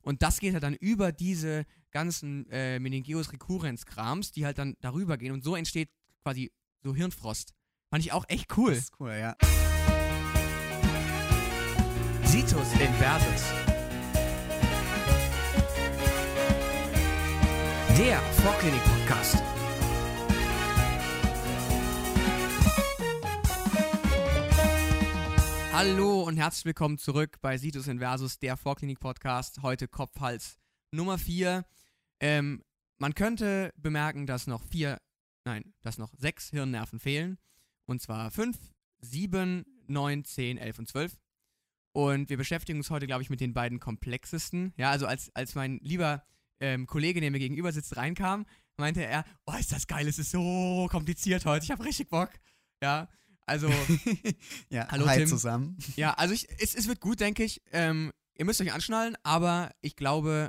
Und das geht halt dann über diese ganzen Meningeus recurrens-Krams, die halt dann darüber gehen. Und so entsteht quasi so Hirnfrost. Fand ich auch echt cool. Das ist cool, ja. Situs Inversus. Der Vorklinik-Podcast. Hallo und herzlich willkommen zurück bei Situs Inversus, der Vorklinik-Podcast. Heute Kopf-Hals Nummer 4. Man könnte bemerken, dass noch 6 Hirnnerven fehlen. Und zwar 5, 7, 9, 10, 11 und 12. Und wir beschäftigen uns heute, glaube ich, mit den beiden komplexesten. Ja, also als mein lieber Kollege, der mir gegenüber sitzt, reinkam, meinte er, oh, ist das geil, es ist so kompliziert heute, ich habe richtig Bock. Ja, also, ja, hallo hi Tim. Zusammen. Ja, also es wird gut, denke ich. Ihr müsst euch anschnallen, aber ich glaube,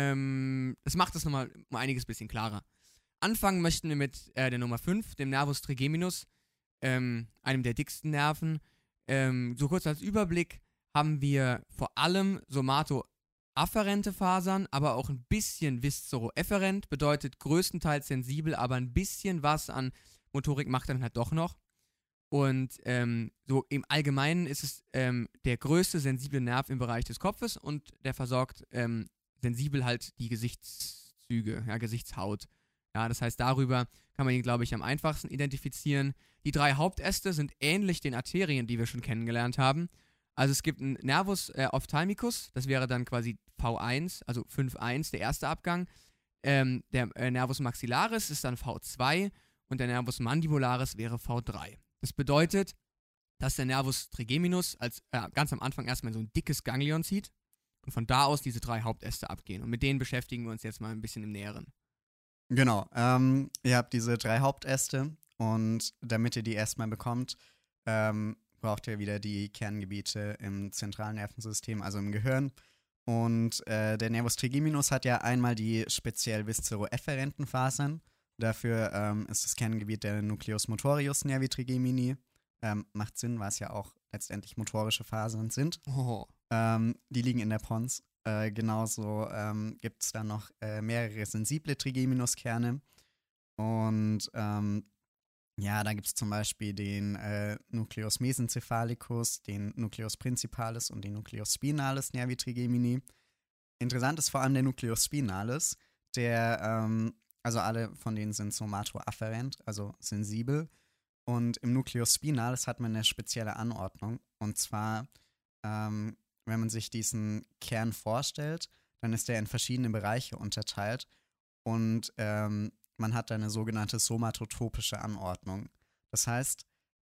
das macht es nochmal um einiges bisschen klarer. Anfangen möchten wir mit der Nummer 5, dem Nervus trigeminus, einem der dicksten Nerven. So kurz als Überblick haben wir vor allem somatoafferente Fasern, aber auch ein bisschen viszero-efferent, bedeutet größtenteils sensibel, aber ein bisschen was an Motorik macht dann halt doch noch. Und so im Allgemeinen ist es der größte sensible Nerv im Bereich des Kopfes und der versorgt sensibel halt die Gesichtszüge, ja, Gesichtshaut. Ja, das heißt, darüber kann man ihn, glaube ich, am einfachsten identifizieren. Die 3 Hauptäste sind ähnlich den Arterien, die wir schon kennengelernt haben. Also es gibt einen Nervus ophthalmicus, das wäre dann quasi V1, also 5.1, der erste Abgang. Der Nervus maxillaris ist dann V2 und der Nervus mandibularis wäre V3. Das bedeutet, dass der Nervus trigeminus als ganz am Anfang erstmal so ein dickes Ganglion zieht und von da aus diese 3 Hauptäste abgehen. Und mit denen beschäftigen wir uns jetzt mal ein bisschen im Näheren. Genau, ihr habt diese 3 Hauptäste und damit ihr die erstmal bekommt, braucht ihr wieder die Kerngebiete im zentralen Nervensystem, also im Gehirn. Und der Nervus trigeminus hat ja einmal die speziell viszero-efferenten Fasern. Dafür ist das Kerngebiet der Nucleus motorius nervi trigemini. Macht Sinn, weil es ja auch letztendlich motorische Fasern sind. Oh. Die liegen in der Pons. Genauso gibt es dann noch mehrere sensible Trigeminus-Kerne. Und da gibt es zum Beispiel den Nucleus mesencephalicus, den Nucleus principalis und den Nucleus spinalis nervi trigemini. Interessant ist vor allem der Nucleus spinalis, der also alle von denen sind somatoafferent, also sensibel. Und im Nucleus spinalis hat man eine spezielle Anordnung. Und zwar, wenn man sich diesen Kern vorstellt, dann ist der in verschiedene Bereiche unterteilt. Und man hat da eine sogenannte somatotopische Anordnung. Das heißt,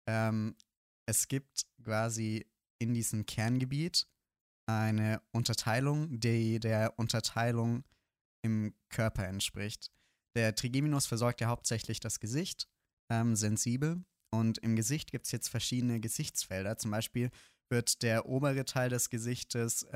es gibt quasi in diesem Kerngebiet eine Unterteilung, die der Unterteilung im Körper entspricht. Der Trigeminus versorgt ja hauptsächlich das Gesicht, sensibel. Und im Gesicht gibt es jetzt verschiedene Gesichtsfelder. Zum Beispiel wird der obere Teil des Gesichtes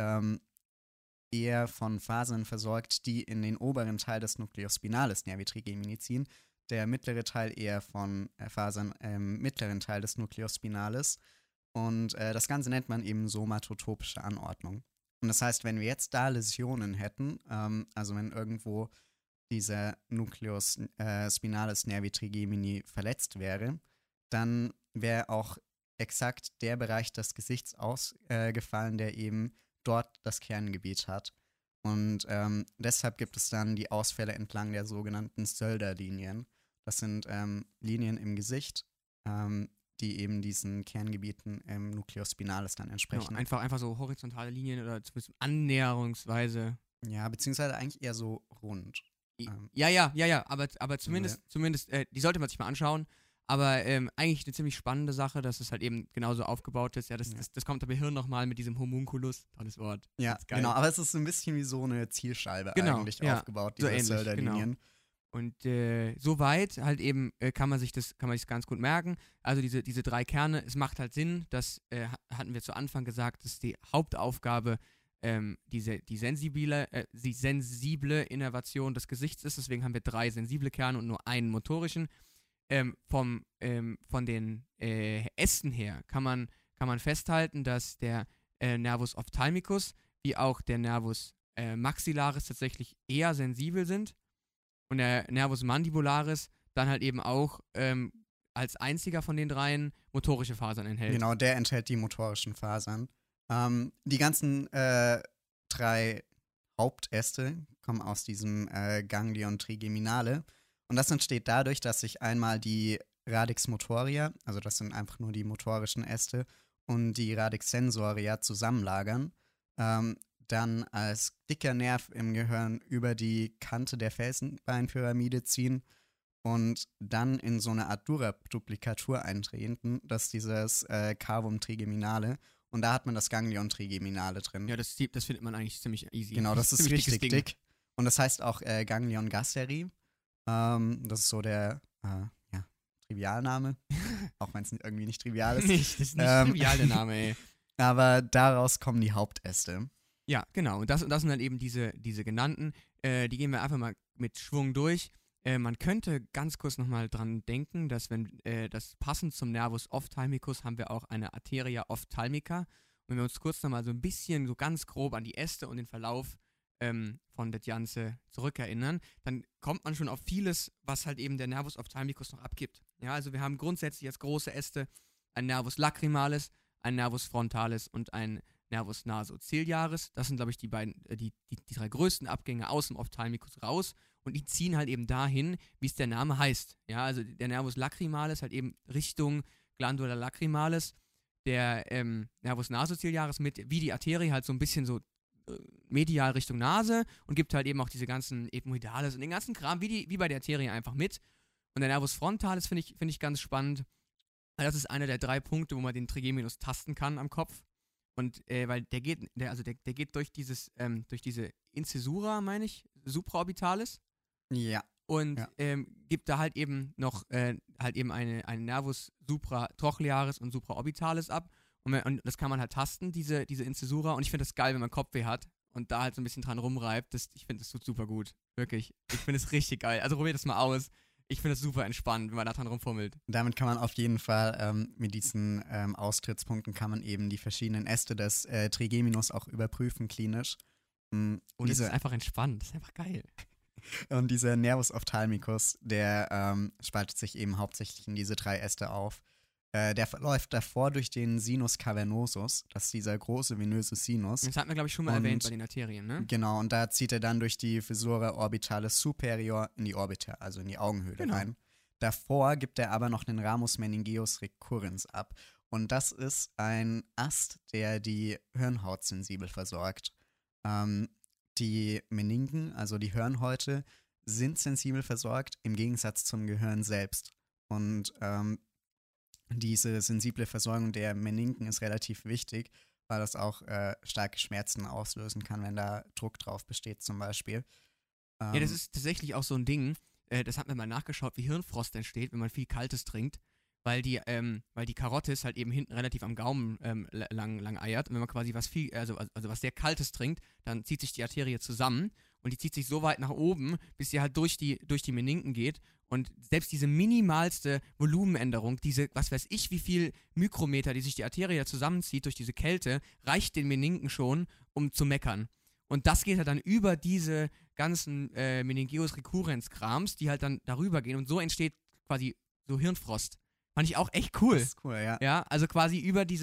eher von Fasern versorgt, die in den oberen Teil des Nucleus spinalis nervi trigemini ziehen. Der mittlere Teil eher von Fasern im mittleren Teil des Nucleus spinalis. Und das Ganze nennt man eben somatotopische Anordnung. Und das heißt, wenn wir jetzt da Läsionen hätten, also wenn irgendwo dieser Nucleus spinalis nervi trigemini verletzt wäre, dann wäre auch exakt der Bereich des Gesichts ausgefallen, der eben dort das Kerngebiet hat. Und deshalb gibt es dann die Ausfälle entlang der sogenannten Sölder-Linien. Das sind Linien im Gesicht, die eben diesen Kerngebieten im Nucleus spinalis dann entsprechen. Ja, einfach so horizontale Linien oder zumindest annäherungsweise. Ja, beziehungsweise eigentlich eher so rund. Ja, aber zumindest, die sollte man sich mal anschauen. Aber eigentlich eine ziemlich spannende Sache, dass es halt eben genauso aufgebaut ist. Ja, das kommt aber Hirn nochmal mit diesem Homunculus, tolles Wort. Ja, genau, aber es ist so ein bisschen wie so eine Zielscheibe eigentlich aufgebaut, diese so Sölder-Linien. Genau. Und soweit halt eben kann man sich das ganz gut merken. Also diese 3 Kerne, es macht halt Sinn, das hatten wir zu Anfang gesagt, dass die Hauptaufgabe die sensible Innervation des Gesichts ist. Deswegen haben wir 3 sensible Kerne und nur einen motorischen. Von den Ästen her kann man festhalten, dass der Nervus ophthalmicus wie auch der Nervus Maxillaris tatsächlich eher sensibel sind und der Nervus mandibularis dann halt eben auch als einziger von den dreien motorische Fasern enthält. Genau, der enthält die motorischen Fasern. Die ganzen 3 Hauptäste kommen aus diesem Ganglion trigeminale. Und das entsteht dadurch, dass sich einmal die Radix motoria, also das sind einfach nur die motorischen Äste, und die Radix sensoria zusammenlagern, dann als dicker Nerv im Gehirn über die Kante der Felsenbeinpyramide ziehen und dann in so eine Art Dura-Duplikatur eintreten, das ist dieses Cavum trigeminale. Und da hat man das Ganglion trigeminale drin. Ja, das findet man eigentlich ziemlich easy. Genau, das ist ziemlich richtig dickes Ding. dick. Und das heißt auch Ganglion gasseri. Das ist so der Trivialname. Auch wenn es irgendwie nicht trivial ist. Das ist nicht trivial, der Name, ey. Aber daraus kommen die Hauptäste. Ja, genau. Und das sind dann eben diese genannten. Die gehen wir einfach mal mit Schwung durch. Man könnte ganz kurz nochmal dran denken, dass wenn das passend zum Nervus ophthalmicus haben wir auch eine Arteria ophthalmica. Und wenn wir uns kurz nochmal so ein bisschen, so ganz grob an die Äste und den Verlauf von das Ganze zurückerinnern, dann kommt man schon auf vieles, was halt eben der Nervus ophthalmicus noch abgibt. Ja, also wir haben grundsätzlich als große Äste ein Nervus lacrimalis, ein Nervus frontalis und ein Nervus nasociliaris. Das sind, glaube ich, die drei größten Abgänge aus dem Ophthalmicus raus. Und die ziehen halt eben dahin, wie es der Name heißt. Ja, also der Nervus lacrimalis halt eben Richtung Glandula lacrimalis. Der Nervus nasociliaris wie die Arterie halt so ein bisschen so medial Richtung Nase und gibt halt eben auch diese ganzen Ethmoidales und den ganzen Kram, wie bei der Arterie einfach mit. Und der Nervus frontalis finde ich ganz spannend, weil das ist einer der 3 Punkte, wo man den Trigeminus tasten kann am Kopf. Und weil der geht durch diese Incisura, meine ich, supraorbitalis. Ja. Und gibt da halt eben noch einen Nervus supratrochlearis und supraorbitalis ab. Und das kann man halt tasten, diese Incisura. Und ich finde das geil, wenn man Kopfweh hat und da halt so ein bisschen dran rumreibt. Ich finde, das tut super gut. Wirklich. Ich finde es richtig geil. Also probiert das mal aus. Ich finde das super entspannt, wenn man da dran rumfummelt. Damit kann man auf jeden Fall, mit diesen Austrittspunkten kann man eben die verschiedenen Äste des Trigeminus auch überprüfen klinisch. Und es ist einfach entspannt. Das ist einfach geil. Und dieser Nervus ophthalmicus, der spaltet sich eben hauptsächlich in diese 3 Äste auf. Der verläuft davor durch den Sinus cavernosus, das ist dieser große venöse Sinus. Das hatten wir, glaube ich, schon mal erwähnt bei den Arterien, ne? Genau, und da zieht er dann durch die Fissura orbitalis superior in die Orbita, also in die Augenhöhle rein. Davor gibt er aber noch den Ramus meningeus recurrens ab. Und das ist ein Ast, der die Hirnhaut sensibel versorgt. Die Meningen, also die Hirnhäute, sind sensibel versorgt, im Gegensatz zum Gehirn selbst. Und diese sensible Versorgung der Meninken ist relativ wichtig, weil das auch starke Schmerzen auslösen kann, wenn da Druck drauf besteht zum Beispiel. Ja, das ist tatsächlich auch so ein Ding, das hat man mal nachgeschaut, wie Hirnfrost entsteht, wenn man viel Kaltes trinkt, weil die Karotis halt eben hinten relativ am Gaumen lang eiert. Und wenn man quasi was sehr Kaltes trinkt, dann zieht sich die Arterie zusammen und die zieht sich so weit nach oben, bis sie halt durch die Meninken geht. Und selbst diese minimalste Volumenänderung, diese, was weiß ich, wie viel Mikrometer, die sich die Arterie zusammenzieht durch diese Kälte, reicht den Meninken schon, um zu meckern. Und das geht halt dann über diese ganzen Meningeus recurrens-Krams, die halt dann darüber gehen. Und so entsteht quasi so Hirnfrost. Fand ich auch echt cool. Das ist cool, ja. Ja, also quasi über die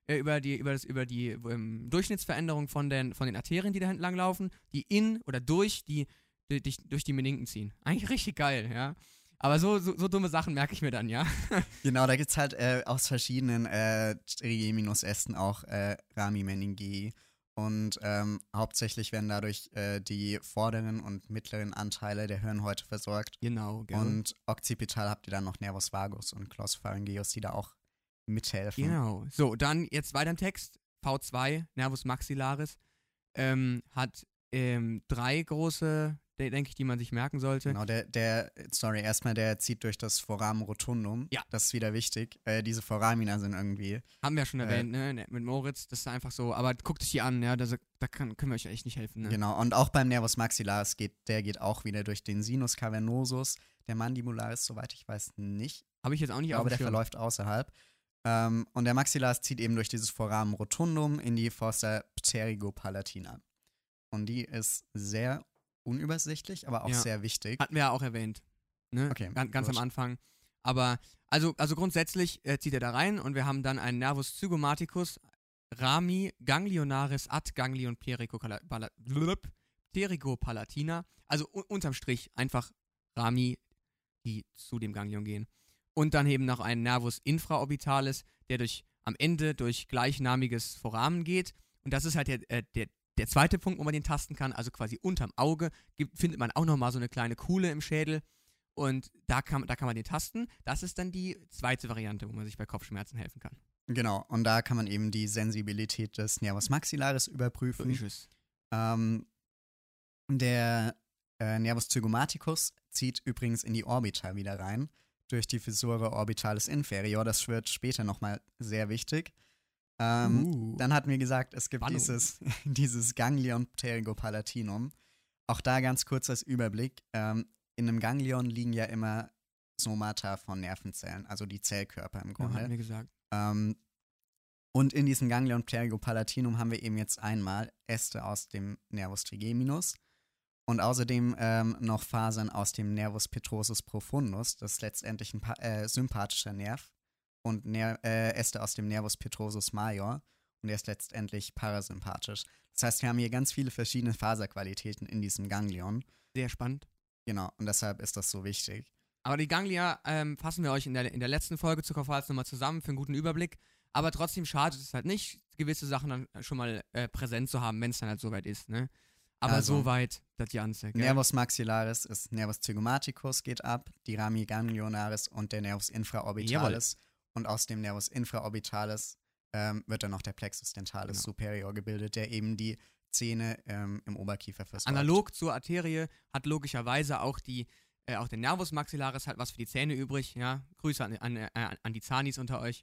Durchschnittsveränderung von den Arterien, die da hinten lang laufen, die in oder durch die Meninken ziehen. Eigentlich richtig geil, ja. Aber so dumme Sachen merke ich mir dann, ja. Genau, da gibt es halt aus verschiedenen Trigeminus-Ästen auch Rami-Meningei. Und hauptsächlich werden dadurch die vorderen und mittleren Anteile der Hirnhäute versorgt. Genau, genau. Und okzipital habt ihr dann noch Nervus vagus und Glossopharyngeus, die da auch mithelfen. Genau. So, dann jetzt weiter im Text. V2, Nervus maxillaris, hat 3 große, denke ich, die man sich merken sollte. Genau, erstmal der zieht durch das Foramen rotundum. Ja. Das ist wieder wichtig. Diese Foramina sind irgendwie. Haben wir ja schon erwähnt, ne, mit Moritz, das ist einfach so, aber guckt euch die an, ja, können wir euch echt nicht helfen, ne. Genau, und auch beim Nervus maxillaris geht auch wieder durch den Sinus cavernosus. Der Mandibularis, soweit ich weiß, nicht. Habe ich jetzt auch nicht auf Aber dem der Schirm. verläuft außerhalb. Und der Maxillaris zieht eben durch dieses Foramen rotundum in die Fossa pterygopalatina. Und die ist sehr unübersichtlich, aber auch Ja. sehr wichtig. Hatten wir ja auch erwähnt. Ne? Okay, Ganz am gut. Anfang. Aber, also grundsätzlich zieht er da rein und wir haben dann einen Nervus zygomaticus, Rami ganglionaris ad ganglion pterigopalatina. Also unterm Strich einfach Rami, die zu dem Ganglion gehen. Und dann eben noch einen Nervus infraorbitalis, der am Ende durch gleichnamiges Foramen geht. Und das ist halt der zweite Punkt, wo man den tasten kann, also quasi unterm Auge, findet man auch nochmal so eine kleine Kuhle im Schädel. Und da kann man den tasten. Das ist dann die zweite Variante, wo man sich bei Kopfschmerzen helfen kann. Genau, und da kann man eben die Sensibilität des Nervus maxillaris So überprüfen. ist es. Der Nervus zygomaticus zieht übrigens in die Orbita wieder rein, durch die Fissura orbitalis inferior. Das wird später nochmal sehr wichtig. Dann hatten wir gesagt, es gibt dieses Ganglion pterigopalatinum. Auch da ganz kurz als Überblick. In einem Ganglion liegen ja immer Somata von Nervenzellen, also die Zellkörper im Ja, Grunde. hatten wir gesagt. Und in diesem Ganglion pterigopalatinum haben wir eben jetzt einmal Äste aus dem Nervus trigeminus und außerdem noch Fasern aus dem Nervus petrosus profundus, das ist letztendlich ein sympathischer Nerv, und Äste aus dem Nervus petrosus major, und der ist letztendlich parasympathisch. Das heißt, wir haben hier ganz viele verschiedene Faserqualitäten in diesem Ganglion. Sehr spannend. Genau, und deshalb ist das so wichtig. Aber die Ganglia fassen wir euch in der letzten Folge zu Kopfhals nochmal zusammen für einen guten Überblick. Aber trotzdem schadet es halt nicht, gewisse Sachen dann schon mal präsent zu haben, wenn es dann halt soweit ist, ne? Aber Also, soweit das Ganze, gell? Nervus maxillaris ist Nervus zygomaticus, geht ab, die Rami ganglionaris und der Nervus infraorbitalis. Und aus dem Nervus infraorbitalis wird dann noch der Plexus dentalis superior gebildet, der eben die Zähne im Oberkiefer versorgt. Analog zur Arterie hat logischerweise auch der Nervus maxillaris halt was für die Zähne übrig, ja. Grüße an die Zanis unter euch.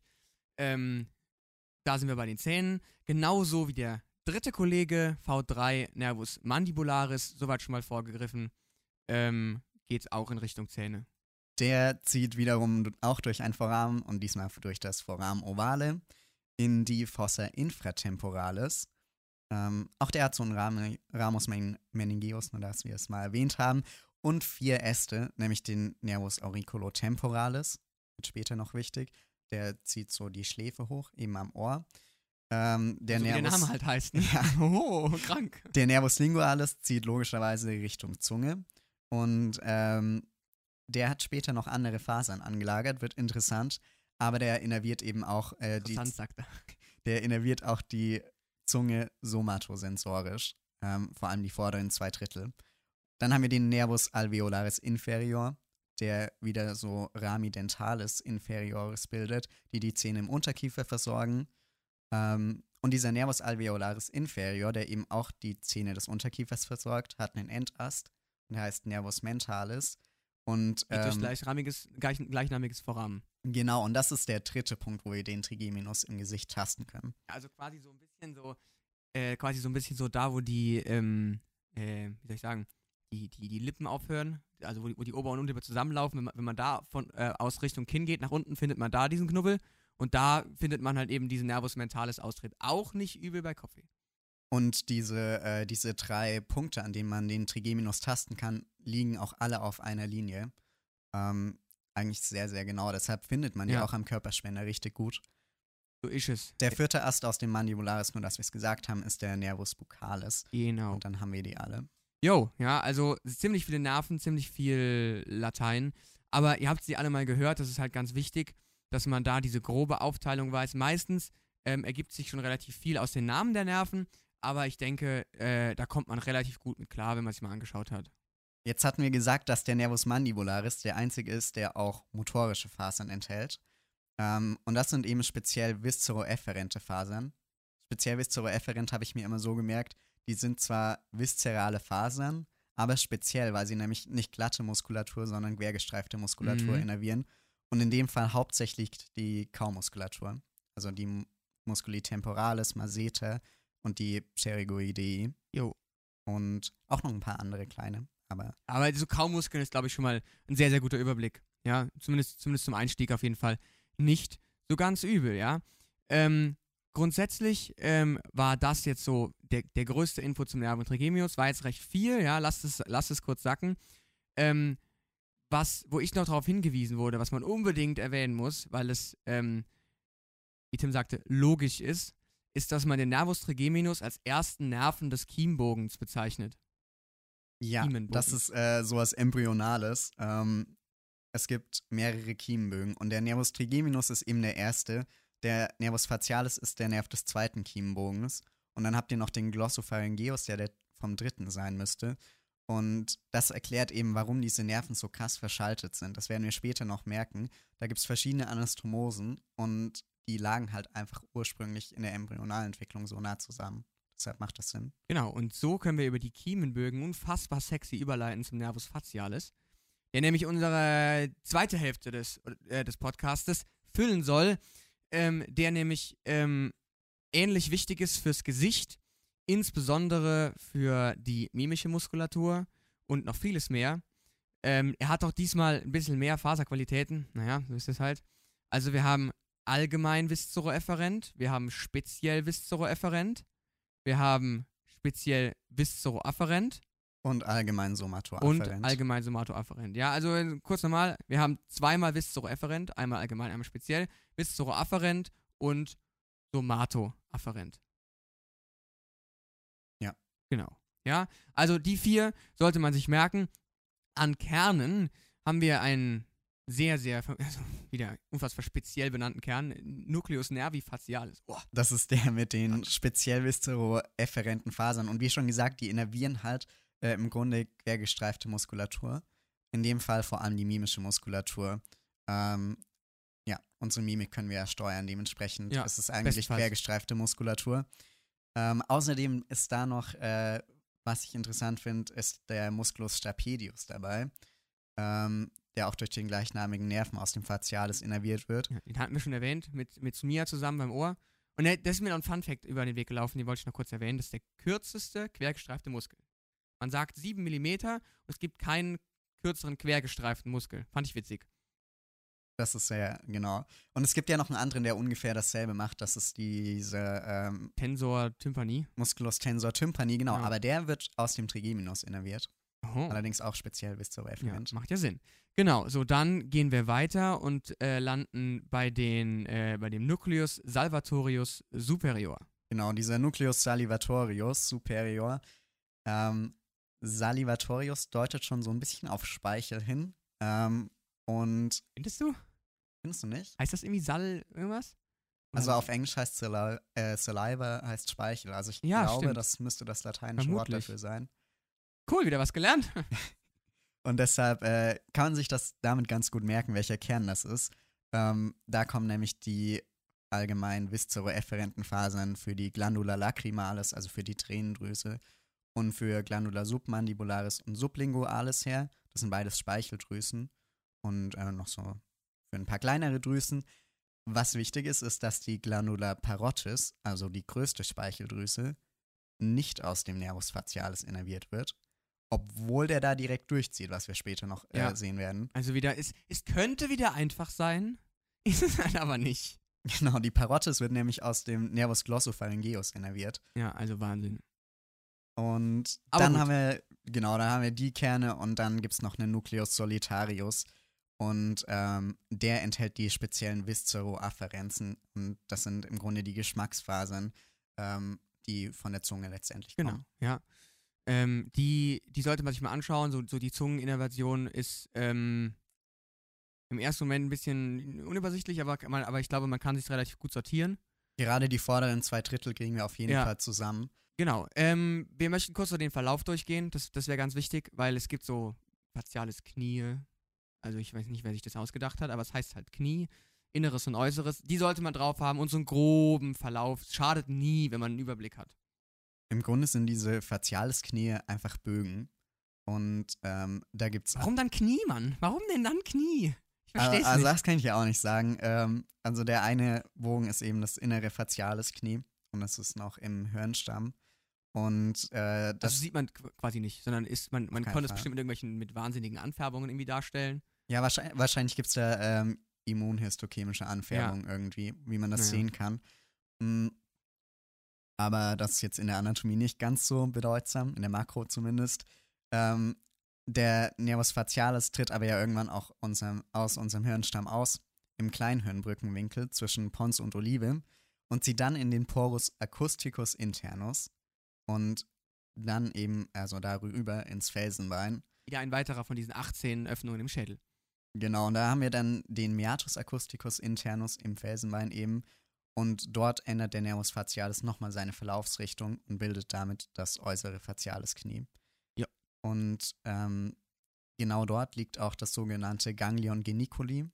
Da sind wir bei den Zähnen. Genauso wie der dritte Kollege, V3, Nervus mandibularis, soweit schon mal vorgegriffen, geht's auch in Richtung Zähne. Der zieht wiederum auch durch ein Foramen und diesmal durch das Foramen ovale in die Fossa infratemporalis. Auch der hat so einen Ramus meningeus, nur dass wir es mal erwähnt haben. Und 4 Äste, nämlich den Nervus auriculotemporalis, wird später noch wichtig. Der zieht so die Schläfe hoch, eben am Ohr. Wie der Name halt heißt. Ne? Ja. Oh, krank. Der Nervus lingualis zieht logischerweise Richtung Zunge. Und der hat später noch andere Fasern angelagert, wird interessant. Aber der innerviert eben auch der innerviert auch die Zunge somatosensorisch. Vor allem die vorderen 2 Drittel. Dann haben wir den Nervus alveolaris inferior, der wieder so Rami dentalis inferioris bildet, die Zähne im Unterkiefer versorgen. Und dieser Nervus alveolaris inferior, der eben auch die Zähne des Unterkiefers versorgt, hat einen Endast und der heißt Nervus mentalis. Und durch gleichnamiges Foramen. Genau, und das ist der dritte Punkt, wo wir den Trigeminus im Gesicht tasten können. Also quasi so ein bisschen so da, wo die, wie soll ich sagen, die Lippen aufhören, also wo die Ober- und Unterlippe zusammenlaufen. Wenn man da aus Richtung Kinn geht, nach unten findet man da diesen Knubbel und da findet man halt eben diesen Nervus mentalis Austritt. Auch nicht übel bei Kopfweh. Und diese 3 Punkte, an denen man den Trigeminus tasten kann, liegen auch alle auf einer Linie. Eigentlich sehr, sehr genau. Deshalb findet man die auch am Körperspender richtig gut. So ist es. Der 4. Ast aus dem Mandibularis, nur dass wir es gesagt haben, ist der Nervus buccalis. Genau. Und dann haben wir die alle. Jo, ja, also ziemlich viele Nerven, ziemlich viel Latein. Aber ihr habt sie alle mal gehört, das ist halt ganz wichtig, dass man da diese grobe Aufteilung weiß. Meistens ergibt sich schon relativ viel aus den Namen der Nerven, aber ich denke, da kommt man relativ gut mit klar, wenn man sich mal angeschaut hat. Jetzt hatten wir gesagt, dass der Nervus mandibularis der einzige ist, der auch motorische Fasern enthält. Und das sind eben speziell viszeroefferente Fasern. Speziell viszeroefferent habe ich mir immer so gemerkt, die sind zwar viszerale Fasern, aber speziell, weil sie nämlich nicht glatte Muskulatur, sondern quergestreifte Muskulatur innervieren. Und in dem Fall hauptsächlich die Kaumuskulatur. Also die Musculi temporalis, masseter und die pterygoidei. Jo. Und auch noch ein paar andere kleine. Aber so Kaumuskeln ist, glaube ich, schon mal ein sehr, sehr guter Überblick. Ja, zumindest zum Einstieg auf jeden Fall nicht so ganz übel, ja. grundsätzlich war das jetzt so der größte Info zum Nervus trigeminus. War jetzt recht viel, ja, lasst es kurz sacken. Wo ich noch darauf hingewiesen wurde, was man unbedingt erwähnen muss, weil es, wie Tim sagte, logisch ist, dass man den Nervus trigeminus als ersten Nerven des Kiembogens bezeichnet. Ja, Kiemenbogen. das ist sowas Embryonales. Es gibt mehrere Kiemenbögen und der Nervus trigeminus ist eben der erste. Der Nervus facialis ist der Nerv des zweiten Kiemenbogens. Und dann habt ihr noch den Glossopharyngeus, der vom dritten sein müsste. Und das erklärt eben, warum diese Nerven so krass verschaltet sind. Das werden wir später noch merken. Da gibt es verschiedene Anastomosen und die lagen halt einfach ursprünglich in der Embryonalentwicklung so nah zusammen. Deshalb macht das Sinn. Genau, und so können wir über die Kiemenbögen unfassbar sexy überleiten zum Nervus facialis, der nämlich unsere zweite Hälfte des Podcastes füllen soll, der nämlich ähnlich wichtig ist fürs Gesicht, insbesondere für die mimische Muskulatur und noch vieles mehr. Er hat auch diesmal ein bisschen mehr Faserqualitäten, naja, so ist es halt. Also wir haben allgemein viszeroefferent, wir haben speziell viszeroefferent, wir haben speziell viszeroafferent und allgemein somatoafferent. Ja, also kurz nochmal, wir haben zweimal viszeroefferent, einmal allgemein, einmal speziell, viszeroafferent und somatoafferent. Ja. Genau. Ja, also die 4 sollte man sich merken. An Kernen haben wir einen sehr, sehr, also wieder unfassbar speziell benannten Kern, Nucleus nervi facialis. Oh. Das ist der mit den speziell viszeroefferenten Fasern. Und wie schon gesagt, die innervieren halt im Grunde quergestreifte Muskulatur. In dem Fall vor allem die mimische Muskulatur. Ja, unsere Mimik können wir ja steuern. Dementsprechend ist es eigentlich quergestreifte Muskulatur. Außerdem ist da noch, was ich interessant finde, ist der Musculus stapedius dabei. Der auch durch den gleichnamigen Nerven aus dem Facialis innerviert wird. Ja, den hatten wir schon erwähnt, mit Sumia zusammen beim Ohr. Und das ist mir noch ein Funfact über den Weg gelaufen, den wollte ich noch kurz erwähnen. Das ist der kürzeste quergestreifte Muskel. Man sagt 7 mm und es gibt keinen kürzeren quergestreiften Muskel. Fand ich witzig. Das ist ja, genau. Und es gibt ja noch einen anderen, der ungefähr dasselbe macht. Das ist diese Tensor tympani. Musculus tensor tympani, genau. Ja. Aber der wird aus dem Trigeminus innerviert. Oh. Allerdings auch speziell viszeroefferent. Ja, macht ja Sinn. Genau, so dann gehen wir weiter und landen bei dem Nucleus salvatorius superior. Genau, dieser Nucleus salvatorius superior. Salivatorius deutet schon so ein bisschen auf Speichel hin. Und Findest du? Findest du nicht? Heißt das irgendwie irgendwas? Also auf Englisch heißt Saliva heißt Speichel. Also ich glaube, stimmt. Das müsste das lateinische Wort dafür sein. Cool, wieder was gelernt. Und deshalb kann man sich das damit ganz gut merken, welcher Kern das ist. Da kommen nämlich die allgemein viszeroefferenten Fasern für die Glandula lacrimalis, also für die Tränendrüse, und für Glandula submandibularis und sublingualis her. Das sind beides Speicheldrüsen. Und noch so für ein paar kleinere Drüsen. Was wichtig ist, ist, dass die Glandula parotis, also die größte Speicheldrüse, nicht aus dem Nervus facialis innerviert wird, obwohl der da direkt durchzieht, was wir später noch sehen werden. Also es könnte wieder einfach sein, ist es halt aber nicht. Genau, die Parotis wird nämlich aus dem Nervus glossopharyngeus innerviert. Ja, also Wahnsinn. Und dann haben wir die Kerne und dann gibt es noch einen Nucleus solitarius. Und der enthält die speziellen Viszeroafferenzen. Und das sind im Grunde die Geschmacksfasern, die von der Zunge letztendlich kommen. Genau, ja. Die sollte man sich mal anschauen. So die Zungeninnervation ist im ersten Moment ein bisschen unübersichtlich, aber ich glaube, man kann sich relativ gut sortieren. Gerade die vorderen 2/3 kriegen wir auf jeden Fall zusammen. Genau. Wir möchten kurz so den Verlauf durchgehen. Das wäre ganz wichtig, weil es gibt so faciales Knie. Also ich weiß nicht, wer sich das ausgedacht hat, aber es heißt halt Knie, Inneres und Äußeres. Die sollte man drauf haben und so einen groben Verlauf. Es schadet nie, wenn man einen Überblick hat. Im Grunde sind diese faciales Knie einfach Bögen. Und da gibt's. Warum dann Knie, Mann? Warum denn dann Knie? Ich verstehe es nicht. Also das kann ich ja auch nicht sagen. Also der eine Bogen ist eben das innere faciales Knie. Und das ist noch im Hirnstamm. Und das sieht man quasi nicht, sondern man konnte es bestimmt mit wahnsinnigen Anfärbungen irgendwie darstellen. Ja, wahrscheinlich gibt es da immunhistochemische Anfärbungen irgendwie, wie man das sehen kann. aber das ist jetzt in der Anatomie nicht ganz so bedeutsam, in der Makro zumindest. Der Nervus facialis tritt aber ja irgendwann auch aus unserem Hirnstamm aus, im Kleinhirnbrückenwinkel zwischen Pons und Olive und zieht dann in den Porus acousticus internus und dann eben, also darüber ins Felsenbein. Wieder ein weiterer von diesen 18 Öffnungen im Schädel. Genau, und da haben wir dann den Meatus acousticus internus im Felsenbein eben und dort ändert der Nervus facialis nochmal seine Verlaufsrichtung und bildet damit das äußere faciales Knie. Ja. Und genau dort liegt auch das sogenannte Ganglion geniculi.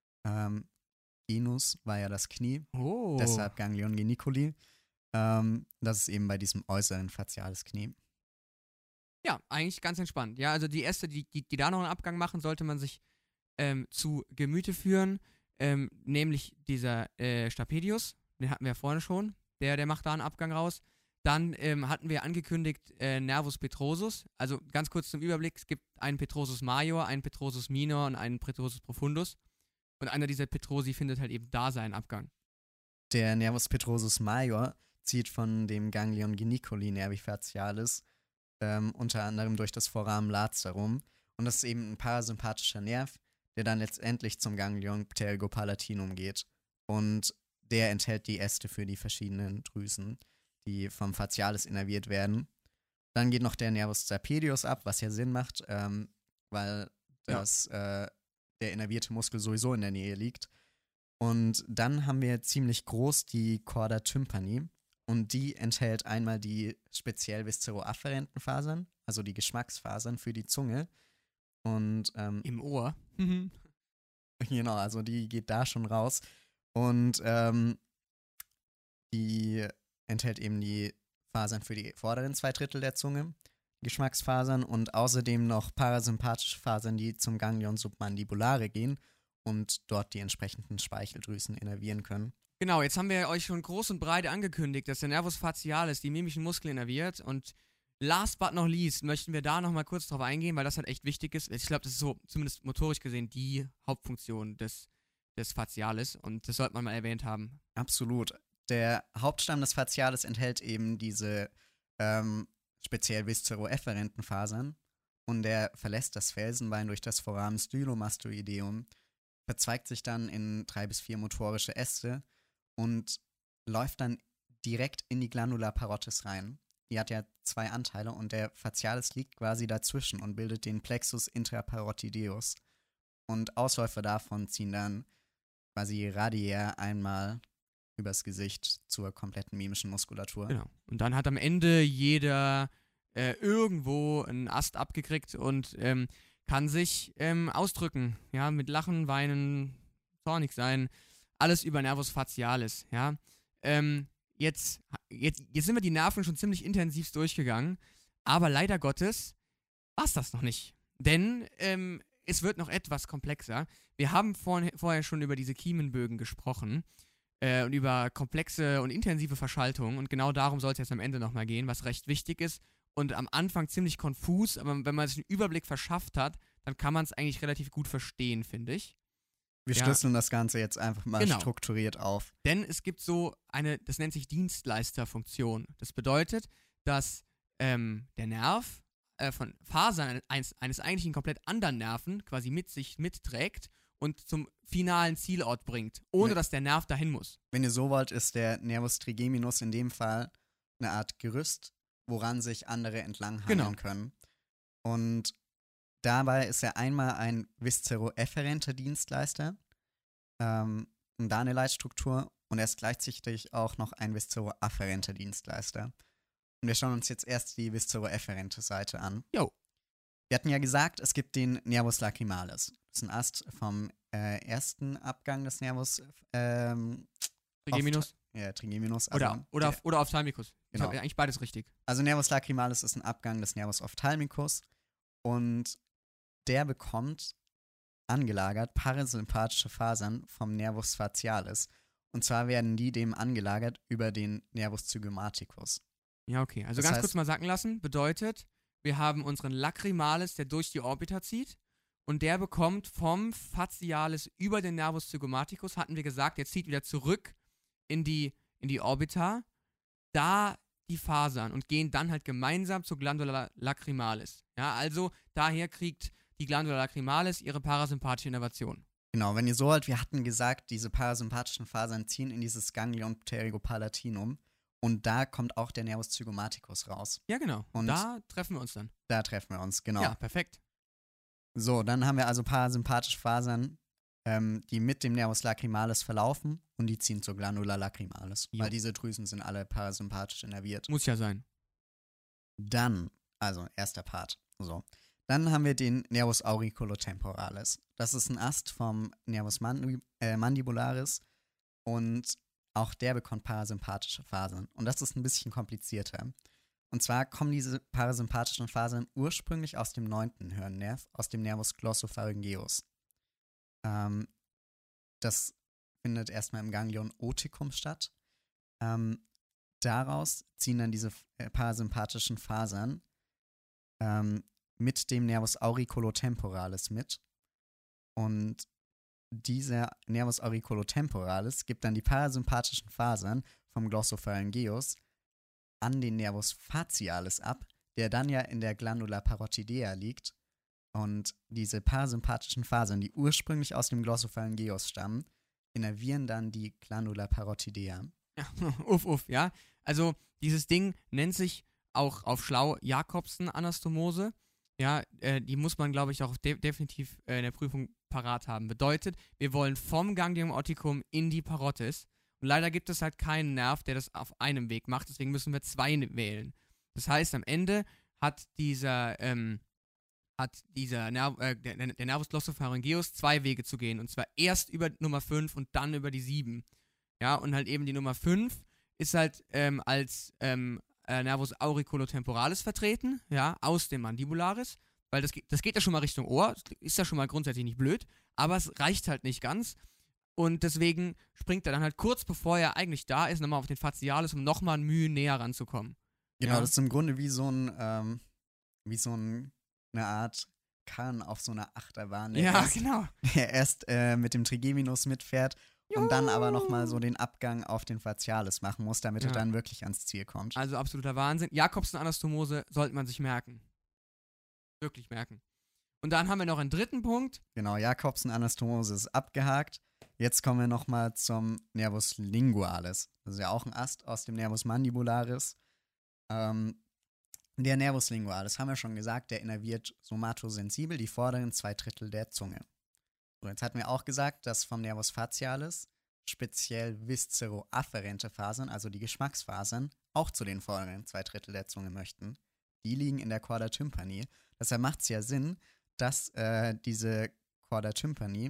Genus war ja das Knie, deshalb Ganglion geniculi. Das ist eben bei diesem äußeren faciales Knie. Ja, eigentlich ganz entspannt. Ja, also die erste, die da noch einen Abgang machen, sollte man sich zu Gemüte führen, nämlich dieser Stapedius, den hatten wir ja vorne schon, der macht da einen Abgang raus. Dann hatten wir angekündigt Nervus petrosus, also ganz kurz zum Überblick, es gibt einen Petrosus major, einen Petrosus minor und einen Petrosus profundus und einer dieser Petrosi findet halt eben da seinen Abgang. Der Nervus petrosus major zieht von dem Ganglion geniculi nervi facialis unter anderem durch das Foramen lacerum und das ist eben ein parasympathischer Nerv, der dann letztendlich zum Ganglion pterygopalatinum geht. Und der enthält die Äste für die verschiedenen Drüsen, die vom Facialis innerviert werden. Dann geht noch der Nervus stapedius ab, was ja Sinn macht, weil der innervierte Muskel sowieso in der Nähe liegt. Und dann haben wir ziemlich groß die Chorda tympani. Und die enthält einmal die speziell visceroafferenten Fasern, also die Geschmacksfasern für die Zunge. Und im Ohr. Genau, also die geht da schon raus. Und die enthält eben die Fasern für die vorderen 2/3 der Zunge, Geschmacksfasern und außerdem noch parasympathische Fasern, die zum Ganglion submandibulare gehen und dort die entsprechenden Speicheldrüsen innervieren können. Genau, jetzt haben wir euch schon groß und breit angekündigt, dass der Nervus facialis die mimischen Muskeln innerviert und last but not least möchten wir da nochmal kurz drauf eingehen, weil das halt echt wichtig ist. Ich glaube, das ist so, zumindest motorisch gesehen, die Hauptfunktion des Facialis und das sollte man mal erwähnt haben. Absolut. Der Hauptstamm des Facialis enthält eben diese speziell visceroefferenten Fasern und der verlässt das Felsenbein durch das Foramen stylomastoideum, verzweigt sich dann in 3 bis 4 motorische Äste und läuft dann direkt in die Glandula parotis rein. Die hat ja 2 Anteile und der Facialis liegt quasi dazwischen und bildet den Plexus intraparotideus. Und Ausläufer davon ziehen dann quasi radiär einmal übers Gesicht zur kompletten mimischen Muskulatur. Genau. Und dann hat am Ende jeder irgendwo einen Ast abgekriegt und kann sich ausdrücken. Ja, mit Lachen, Weinen, zornig sein. Alles über Nervus facialis. Ja. Jetzt sind wir die Nerven schon ziemlich intensivst durchgegangen, aber leider Gottes war es das noch nicht. Denn es wird noch etwas komplexer. Wir haben vorher schon über diese Kiemenbögen gesprochen und über komplexe und intensive Verschaltungen und genau darum soll es jetzt am Ende nochmal gehen, was recht wichtig ist und am Anfang ziemlich konfus, aber wenn man sich einen Überblick verschafft hat, dann kann man es eigentlich relativ gut verstehen, finde ich. Wir schlüsseln das Ganze jetzt einfach mal strukturiert auf. Denn es gibt so eine, das nennt sich Dienstleisterfunktion. Das bedeutet, dass der Nerv von Fasern eines eigentlichen komplett anderen Nerven quasi mit sich mitträgt und zum finalen Zielort bringt, ohne dass der Nerv dahin muss. Wenn ihr so wollt, ist der Nervus trigeminus in dem Fall eine Art Gerüst, woran sich andere entlanghangeln können. Und dabei ist er einmal ein visceroefferenter Dienstleister, und da eine Leitstruktur, und er ist gleichzeitig auch noch ein visceroafferenter Dienstleister. Und wir schauen uns jetzt erst die visceroefferente Seite an. Jo. Wir hatten ja gesagt, es gibt den Nervus lacrimalis. Das ist ein Ast vom ersten Abgang des Nervus Trigeminus. Trigeminus. Also oder ophthalmicus. Genau. Ist eigentlich beides richtig. Also Nervus lacrimalis ist ein Abgang des Nervus ophthalmicus und der bekommt angelagert parasympathische Fasern vom Nervus facialis. Und zwar werden die dem angelagert über den Nervus zygomaticus. Ja, okay. Also das ganz kurz mal sacken lassen. Bedeutet, wir haben unseren Lacrimalis, der durch die Orbita zieht. Und der bekommt vom Facialis über den Nervus zygomaticus, hatten wir gesagt, der zieht wieder zurück in die Orbita. da die Fasern und gehen dann halt gemeinsam zur Glandula lacrimalis. Ja, also daher kriegt die Glandula lacrimalis ihre parasympathische Innervation. Genau, wenn ihr so wollt, wir hatten gesagt, diese parasympathischen Fasern ziehen in dieses Ganglion pterygopalatinum und da kommt auch der Nervus zygomaticus raus. Ja, genau. Und da treffen wir uns dann. Da treffen wir uns, genau. Ja, perfekt. So, dann haben wir also parasympathische Fasern, die mit dem Nervus lacrimalis verlaufen und die ziehen zur Glandula lacrimalis, Jo. weil diese Drüsen sind alle parasympathisch innerviert. Muss ja sein. Dann, also erster Part, so. Dann haben wir den Nervus auriculotemporalis. Das ist ein Ast vom Nervus mandibularis und auch der bekommt parasympathische Fasern. Und das ist ein bisschen komplizierter. Und zwar kommen diese parasympathischen Fasern ursprünglich aus dem 9. Hirnnerv, aus dem Nervus glossopharyngeus. Das findet erstmal im Ganglion oticum statt. Daraus ziehen dann diese parasympathischen Fasern mit dem Nervus auriculotemporalis mit. Und dieser Nervus auriculotemporalis gibt dann die parasympathischen Fasern vom glossopharyngeus an den Nervus facialis ab, der dann ja in der Glandula parotidea liegt. Und diese parasympathischen Fasern, die ursprünglich aus dem glossopharyngeus stammen, innervieren dann die Glandula parotidea. Ja, ja. Also dieses Ding nennt sich auch auf schlau Jakobsen-Anastomose. Ja, die muss man, glaube ich, auch definitiv in der Prüfung parat haben. Bedeutet, wir wollen vom Ganglion oticum in die Parotis. Und leider gibt es halt keinen Nerv, der das auf einem Weg macht. Deswegen müssen wir 2 wählen. Das heißt, am Ende hat der Nervus glossopharyngeus 2 Wege zu gehen. Und zwar erst über Nummer 5 und dann über die 7. Ja, und halt eben die Nummer 5 ist halt als Nervus auriculotemporalis vertreten, ja, aus dem Mandibularis, weil das geht ja schon mal Richtung Ohr, ist ja schon mal grundsätzlich nicht blöd, aber es reicht halt nicht ganz und deswegen springt er dann halt kurz bevor er eigentlich da ist, nochmal auf den Facialis, um nochmal ein Mühe näher ranzukommen. Genau, ja? Das ist im Grunde wie so eine Art Karren auf so einer Achterbahn, Genau. der erst mit dem Trigeminus mitfährt und dann aber nochmal so den Abgang auf den Facialis machen muss, damit er dann wirklich ans Ziel kommt. Also absoluter Wahnsinn. Jakobsen-Anastomose sollte man sich merken. Wirklich merken. Und dann haben wir noch einen dritten Punkt. Genau, Jakobsen-Anastomose ist abgehakt. Jetzt kommen wir nochmal zum Nervus lingualis. Das ist ja auch ein Ast aus dem Nervus mandibularis. Der Nervus lingualis, haben wir schon gesagt, der innerviert somatosensibel die vorderen 2/3 der Zunge. So, jetzt hatten wir auch gesagt, dass vom Nervus facialis speziell viszeroafferente Fasern, also die Geschmacksfasern, auch zu den vorderen 2/3 der Zunge möchten. Die liegen in der Chorda tympani. Deshalb macht es ja Sinn, dass diese Chorda tympani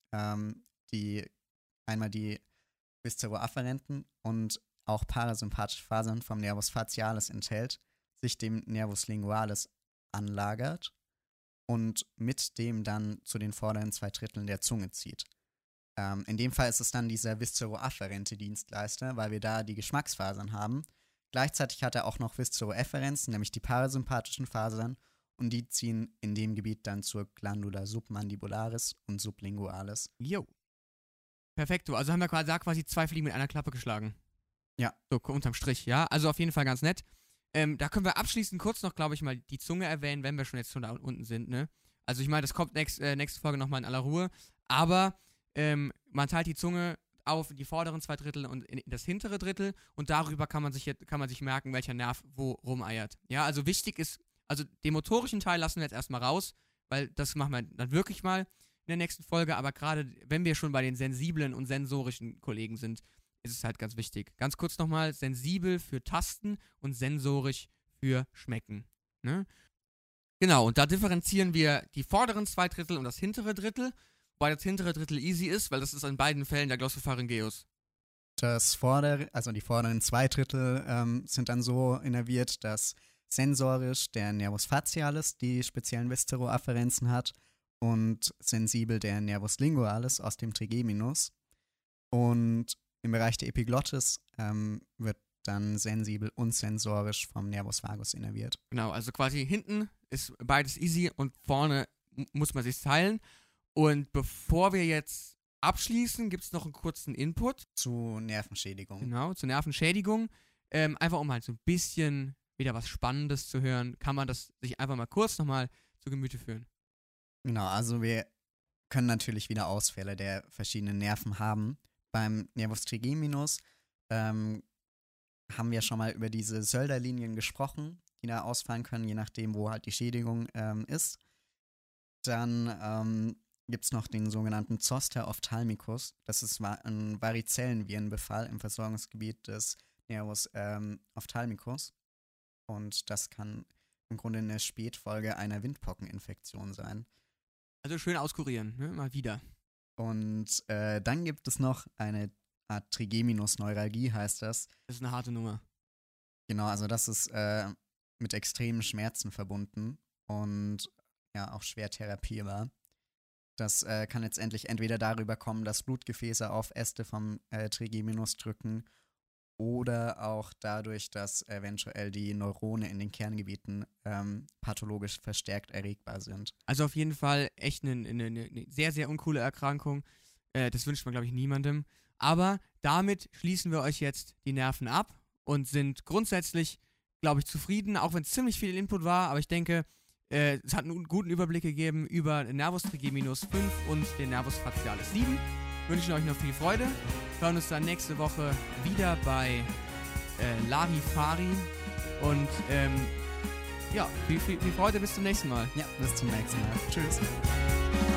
einmal die viszeroafferenten und auch parasympathische Fasern vom Nervus facialis enthält, sich dem Nervus lingualis anlagert und mit dem dann zu den vorderen 2/3 der Zunge zieht. In dem Fall ist es dann dieser viszeroafferente Dienstleister, weil wir da die Geschmacksfasern haben. Gleichzeitig hat er auch noch Viszeroefferenzen, nämlich die parasympathischen Fasern, und die ziehen in dem Gebiet dann zur Glandula submandibularis und sublingualis. Jo. Perfekto. Also haben wir quasi 2 Fliegen mit einer Klappe geschlagen. Ja. So, unterm Strich, ja. Also auf jeden Fall ganz nett. Da können wir abschließend kurz noch, glaube ich, mal die Zunge erwähnen, wenn wir schon jetzt da unten sind, ne? Also ich meine, das kommt nächste Folge nochmal in aller Ruhe. Aber man teilt die Zunge auf die vorderen 2/3 und in das hintere Drittel und darüber kann man sich merken, welcher Nerv wo rumeiert. Ja, also wichtig ist, also den motorischen Teil lassen wir jetzt erstmal raus, weil das machen wir dann wirklich mal in der nächsten Folge, aber gerade wenn wir schon bei den sensiblen und sensorischen Kollegen sind, ist es halt ganz wichtig. Ganz kurz nochmal, sensibel für Tasten und sensorisch für Schmecken. Ne? Genau, und da differenzieren wir die vorderen 2/3 und das hintere Drittel, wobei das hintere Drittel easy ist, weil das ist in beiden Fällen der Glossopharyngeus. Die vorderen 2/3 sind dann so innerviert, dass sensorisch der Nervus facialis die speziellen Viszeroafferenzen hat und sensibel der Nervus lingualis aus dem Trigeminus. Und im Bereich der Epiglottis wird dann sensibel und sensorisch vom Nervus vagus innerviert. Genau, also quasi hinten ist beides easy und vorne muss man sich teilen. Und bevor wir jetzt abschließen, gibt es noch einen kurzen Input. Zu Nervenschädigung. Genau, zur Nervenschädigung. Einfach um halt so ein bisschen wieder was Spannendes zu hören, kann man das sich einfach mal kurz nochmal zu Gemüte führen. Genau, also wir können natürlich wieder Ausfälle der verschiedenen Nerven haben. Beim Nervus trigeminus haben wir schon mal über diese Sölderlinien gesprochen, die da ausfallen können, je nachdem, wo halt die Schädigung ist. Dann gibt es noch den sogenannten Zoster ophthalmicus. Das ist ein Varizellenvirenbefall im Versorgungsgebiet des Nervus ophthalmicus. Und das kann im Grunde eine Spätfolge einer Windpockeninfektion sein. Also schön auskurieren, ne? Mal wieder. Und dann gibt es noch eine Art Trigeminusneuralgie, heißt das. Das ist eine harte Nummer. Genau, also das ist mit extremen Schmerzen verbunden und ja auch schwer therapierbar. Das kann letztendlich entweder darüber kommen, dass Blutgefäße auf Äste vom Trigeminus drücken oder auch dadurch, dass eventuell die Neurone in den Kerngebieten pathologisch verstärkt erregbar sind. Also auf jeden Fall echt eine sehr, sehr uncoole Erkrankung. Das wünscht man, glaube ich, niemandem. Aber damit schließen wir euch jetzt die Nerven ab und sind grundsätzlich, glaube ich, zufrieden, auch wenn es ziemlich viel Input war. Aber ich denke, es hat einen guten Überblick gegeben über den Nervus trigeminus 5 und den Nervus facialis 7. Wünschen euch noch viel Freude. Hören uns dann nächste Woche wieder bei Larifari. Und ja, viel Freude, bis zum nächsten Mal. Ja, bis zum nächsten Mal. Tschüss.